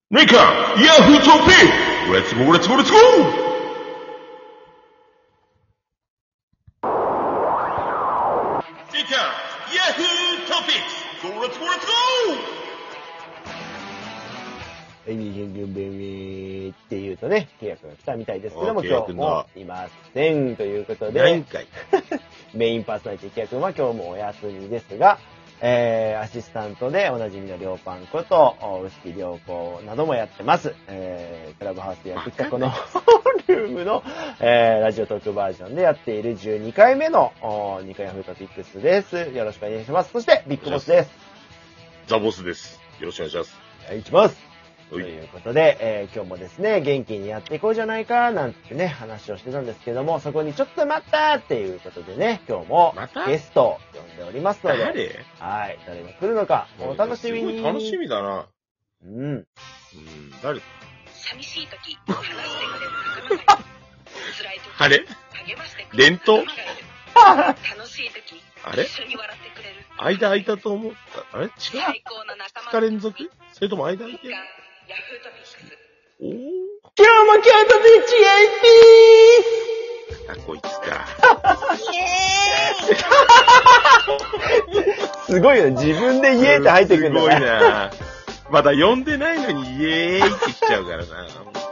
メーカー、ヤフートピックレッツゴーレッツゴーレッツゴーメーカー、ヤフートピックゴーレッツゴーレッツゴーって言うとね、契約が来たみたいですけども、今日もいません。ということで、メインパーソナリティ契約は今日もお休みですが、アシスタントでおなじみのりょうぱんこと、牛木りょうこなどもやってます。クラブハウスでやってきたこのルームの、ラジオトークバージョンでやっている12回目の2回ヤフートピックスです。よろしくお願いします。そして、ビッグボスです。 ザボスです。よろしくお願いします。 お願いします。ということで、今日もですね、元気にやっていこうじゃないか、なんてね、話をしてたんですけども、そこにちょっと待ったっていうことでね、今日もゲストを呼んでおりますので、はい、誰が来るのか、お楽しみに。 すごい楽しみだな。誰？ 寂しい時、話してくれる仲間がいる。辛い時、 あれ？ 励ましてくれ伝る統？ 楽しい時、 あれ？ 一緒に笑ってくれる。 間空いたと思った。あれ？違う？ 最高の仲間。 2日連続？それとも間空いてる？ ヤフートピックス。 今日も京都ビッチあ、こいつか。 すごいよ、自分でイエーって入ってくるんだすごいな。まだ呼んでないのにイエーイって来ちゃうからな。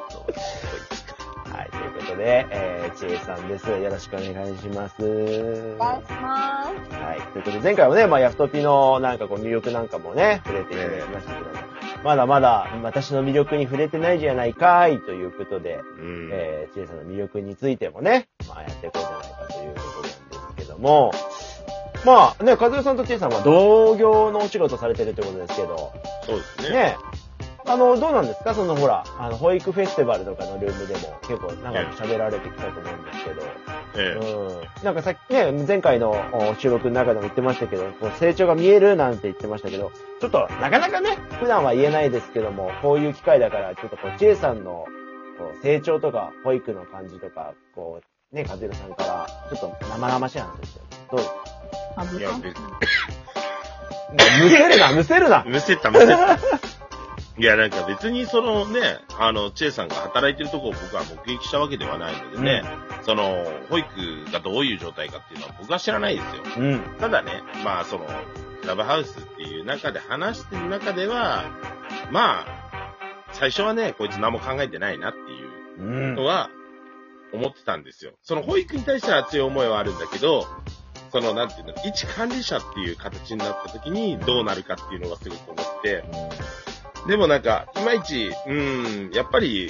はい、ということで、ちえさんです。よろしくお願いします。 お願いします。 はい、ということで前回もね、ヤフトピのなんかこう魅力なんかもね、触れていただきましたけども、まだまだ私の魅力に触れてないじゃないかいということで、ちえさんの魅力についてもね、やっていこうじゃないかということなんですけども、和代さんとちえさんは同業のお仕事されてるってことですけど、 そうですね。 ね、どうなんですか？そのほら、保育フェスティバルとかのルームでも結構長く喋られてきたと思うんですけど、なんかさっきね、前回の収録の中でも言ってましたけど、こう成長が見えるなんて言ってましたけど、ちょっとなかなかね、普段は言えないですけども、こういう機会だから、ちょっとこう、ちえさんのこう成長とか、保育の感じとか、こう、ね、和代さんから、ちょっと生々しい話ですよ。どうですか？ いや、別に。 むせるな。 むせた。いや、なんか別にそのね、ちえさんが働いてるとこを僕は目撃したわけではないのでね、その、保育がどういう状態かっていうのは僕は知らないですよ。ただね、その、クラブハウスっていう中で話してる中では、最初はね、こいつ何も考えてないなっていうのは思ってたんですよ。その保育に対しては強い思いはあるんだけど、その、なんていうの、一管理者っていう形になった時にどうなるかっていうのがすごく思って、でもなんか、いまいち、やっぱり、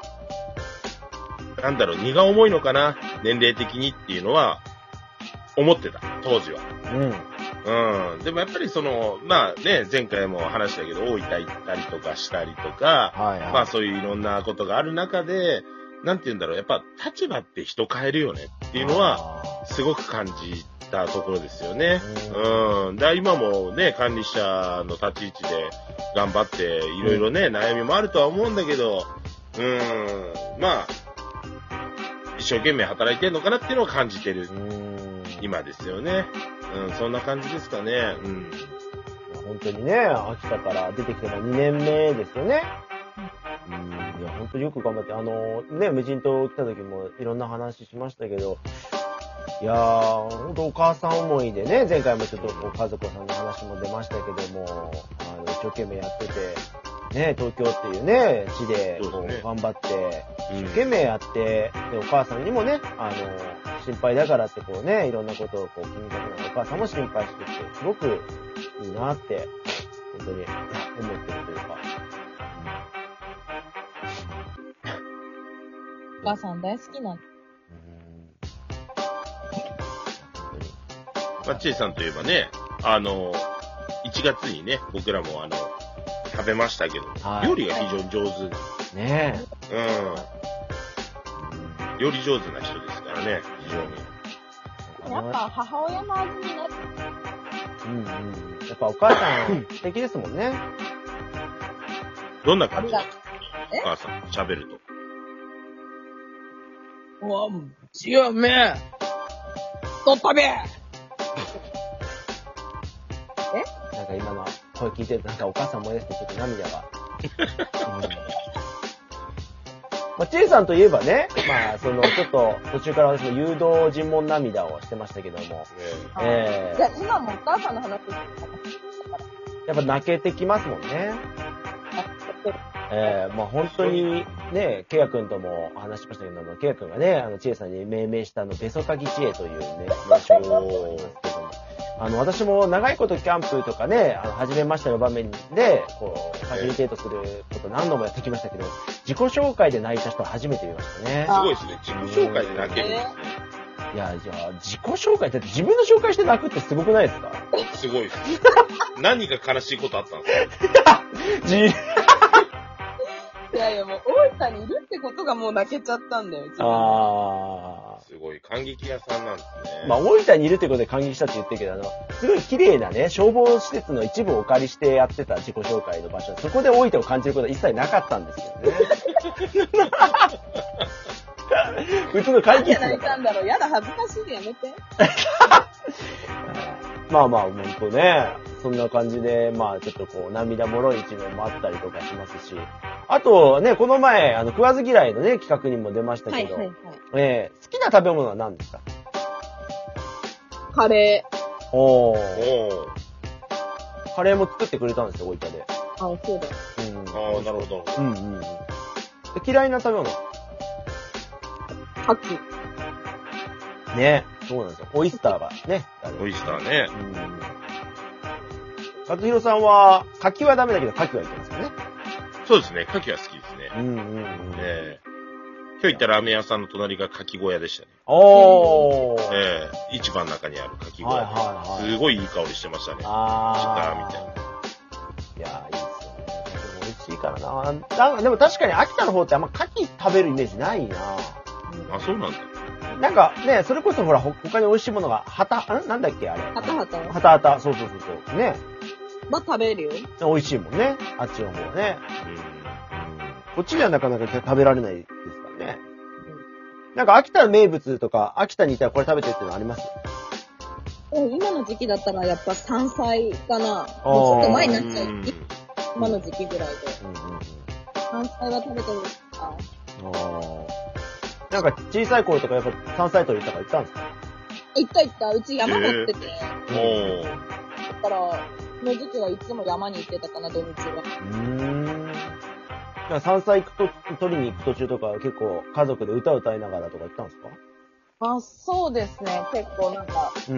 荷が重いのかな、年齢的にっていうのは、思ってた、当時は。でもやっぱりその、前回も話したけど、大分行ったりとかしたりとか、そういういろんなことがある中で、やっぱ立場って人変えるよねっていうのは、すごく感じたところですよね。今もね、管理者の立ち位置で頑張って、いろいろね、悩みもあるとは思うんだけど、一生懸命働いてんのかなっていうのを感じてる、今ですよね。そんな感じですかね。 本当にね、秋田から出てきて2年目ですよね。いや、本当によく頑張って、無人島来た時もいろんな話しましたけど、いやー、ほんとお母さん思いでね、前回もちょっと家族さんの話も出ましたけども、一生懸命やってて、ね、東京っていうね、地でこう頑張って、一生懸命やって、で、お母さんにもね、心配だからってこうね、いろんなことをこう気にかけながらお母さんも心配してて、すごくいいなって、本当に思ってるというか。 お母さん大好きなの。 ちえさんといえばね、1月にね、僕らも食べましたけど、料理が非常に上手。 ね料理上手な人ですからね、非常に。 やっぱ母親の味になる。 やっぱお母さん素敵ですもんね。 どんな感じ？お母さん喋ると。 違うめと食べなんか今の声聞いてるとなんかお母さん思い出してちょっと涙がまあ、ちえさんといえばね、まあ、ちょっと、途中から私も誘導尋問涙をしてましたけども、 いや、今もお母さんの話してるやっぱ泣けてきますもんね。まあ本当にね、ケイヤ君とも話しましたけども、ケイヤ君がね、ちえさんに命名したベソカギチエというね、名称がありますけども、私も長いことキャンプとかね、初めましての場面で、こう、ファシリテートすること何度もやってきましたけど、自己紹介で泣いた人は初めて見ましたね。 すごいですね。自己紹介で泣けるんですね。 いや、じゃあ、自己紹介って自分の紹介して泣くってすごくないですか？ すごいです。何が悲しいことあったんですか？ いやいや、もう大分にいるってことがもう泣けちゃったんだよ。 すごい感激屋さんなんですね。 まあ、大分にいるってことで感激したって言ってるけど、すごい綺麗なね、消防施設の一部をお借りしてやってた自己紹介の場所、そこで大分を感じることは一切なかったんですけどね。普通の会議室泣いたんだろう。やだ、恥ずかしいでやめて。 まあまあ、ほんとね、そんな感じで、まあちょっとこう、涙もろい一面もあったりとかしますし、あとね、この前、食わず嫌いのね、企画にも出ましたけど、好きな食べ物は何ですか？ カレー。 おー。カレーも作ってくれたんですよ、大分で。 あ、そうだ。 ああ、なるほど。 嫌いな食べ物？ カキ。 ね、そうなんですよ。オイスターがね。 オイスターね。 勝弘さんは、カキはダメだけど、カキはいけますよね。 そうですね。カキは好きですね。今日行ったラーメン屋さんの隣がカキ小屋でしたね。 おー。 市場の中にあるカキ小屋で。すごいいい香りしてましたね。 あー。 みたいな。 いやー、いいですよね。でも美味しいからな。なんか、でも確かに秋田の方ってあんまカキ食べるイメージないな。 あ、そうなんだ。 なんかね、それこそほら、他に美味しいものが、なんだっけあれ。 ハタハタ。 ハタハタ。そうそうそうそう。ね。 まあ、食べるよ。 美味しいもんね。あっちの方はね。こっちではなかなか食べられないですからね。なんか秋田の名物とか、秋田にいたらこれ食べてるってのあります？ 今の時期だったらやっぱ山菜かな。もうちょっと前になっちゃう。今の時期ぐらいで。山菜は食べてるか。 なんか小さい頃とかやっぱ山菜採りとか行ったんですか？ 行った。うち山持ってて。だから、その時期はいつも山に行ってたかな、土日は。 山菜取りに行く途中とか結構家族で歌歌いながらとか行ったんですか？ あ、そうですね。結構なん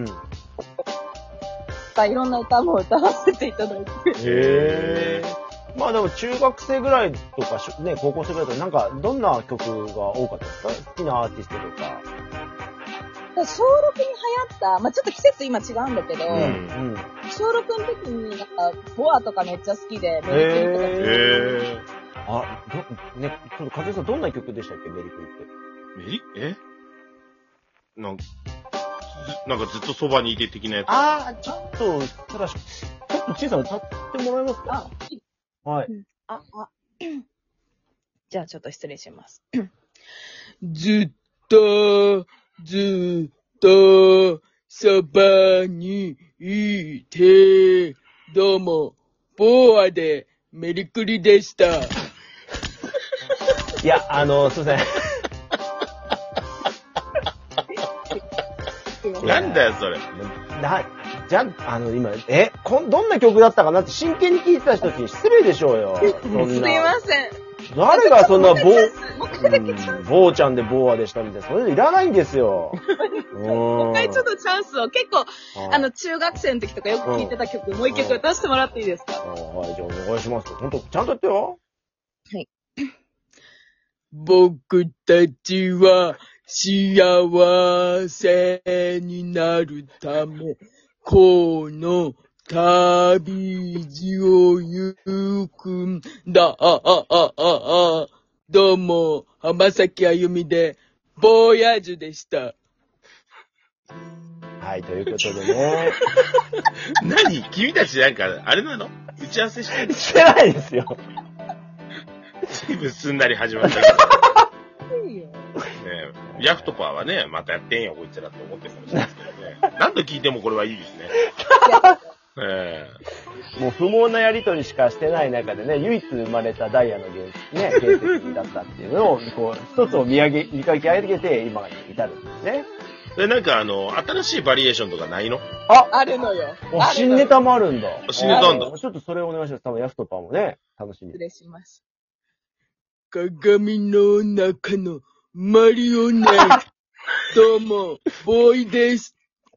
か、いろんな歌も歌わせていただいて。 まあでも中学生ぐらいとかね、高校生ぐらいとかなんかどんな曲が多かったですか？好きなアーティストとか。 小6に流行った、まあちょっと季節今違うんだけど、小6の時になんか、ボアとかめっちゃ好きで、メリクリとか。 ね、ちょっと、かずえさんどんな曲でしたっけ、メリクリって。 なんかずっとそばにいて的なやつ。 ちょっと小さな歌ってもらえますか？はい。 じゃあちょっと失礼します。 ずっと、そばにいて、どうも、ボアでメリクリでした。 いや、すいません。 なんだよ、それ。 今、どんな曲だったかなって真剣に聴いてた人たちに失礼でしょうよ。 すいません。 誰がそんな坊ちゃんでボーアでしたみたいな、それいらないんですよ。 もう一回ちょっとチャンスを、結構、中学生の時とかよく聴いてた曲、もう一曲歌わせてもらっていいですか？ はい、じゃあお願いします。ほんと、ちゃんとやってよ。 はい。 僕たちは幸せになるため、この旅路を行くんだ。どうも、浜崎あゆみで、ボーヤージュでした。 はい、ということでね。 何？君たちなんか、あれなの？打ち合わせしてる？ してないですよ。 随分すんなり始まったけど。ヤフトパーはね、またやってんよ、こいつらって思ってるかもしれないですけどね。何度聞いてもこれはいいですね。 もう不毛なやりとりしかしてない中でね、唯一生まれたダイヤの原石だったっていうのを、こう、一つを磨き上げて、今に至るんですね。 で、なんか新しいバリエーションとかないの？ あるのよ。 新ネタもあるんだ。 新ネタあんだ。 ちょっとそれお願いします。多分ヤストパーもね、楽しみ。 失礼します。 鏡の中のマリオネット。どうも、ボーイです。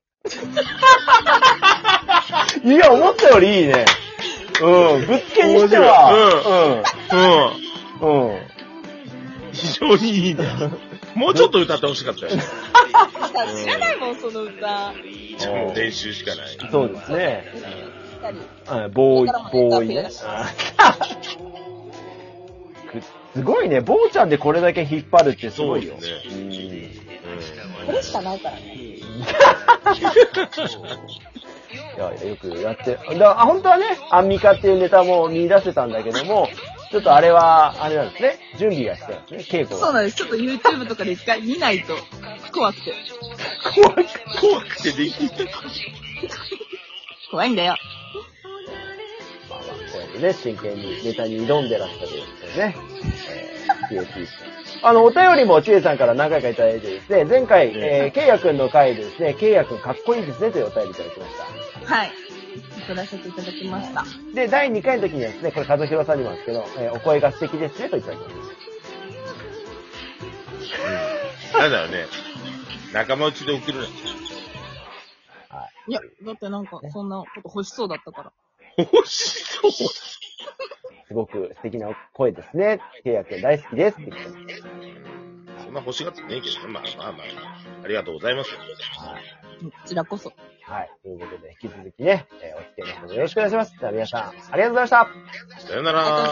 いや、思ったよりいいね。うん。ぶっつけにしては。うん。 非常にいいね。もうちょっと歌ってほしかったよ。 知らないもん、その歌。 練習しかない。 そうですね。ボーイね。すごいね。ボーちゃんでこれだけ引っ張るってすごいよ。 これしかないからね。 いや、よくやって。本当はね、アンミカっていうネタも見出せたんだけども、ちょっとあれなんですね。準備がしてるんですね、稽古が。 そうなんです。ちょっと YouTube とかで一回見ないと怖くて。 怖くてできない。 怖いんだよ。 まあ、こうやってね、真剣にネタに挑んでらっしゃるんですよね。PAP お便りもちえさんから何回かいただいてですね、前回、ケイヤくんの回でですね、ケイヤくんかっこいいですねというお便りいただきました。 はい。送らせていただきました。 で、第2回の時にはですね、これ和弘さんにもなんですけど、お声が素敵ですねといただきました。 なんだろうね。仲間内で送るね。 いや、だってなんか、そんなこと欲しそうだったから。 欲しそう。 すごく素敵な声ですね。ケイヤくん大好きですって言ってます。 そんな欲しがってねえけど、まあ。ありがとうございます。 はい。 こちらこそ。 はい。ということで、引き続きね、お付き合いのほどよろしくお願いします。じゃあ皆さん、ありがとうございました。 さよなら。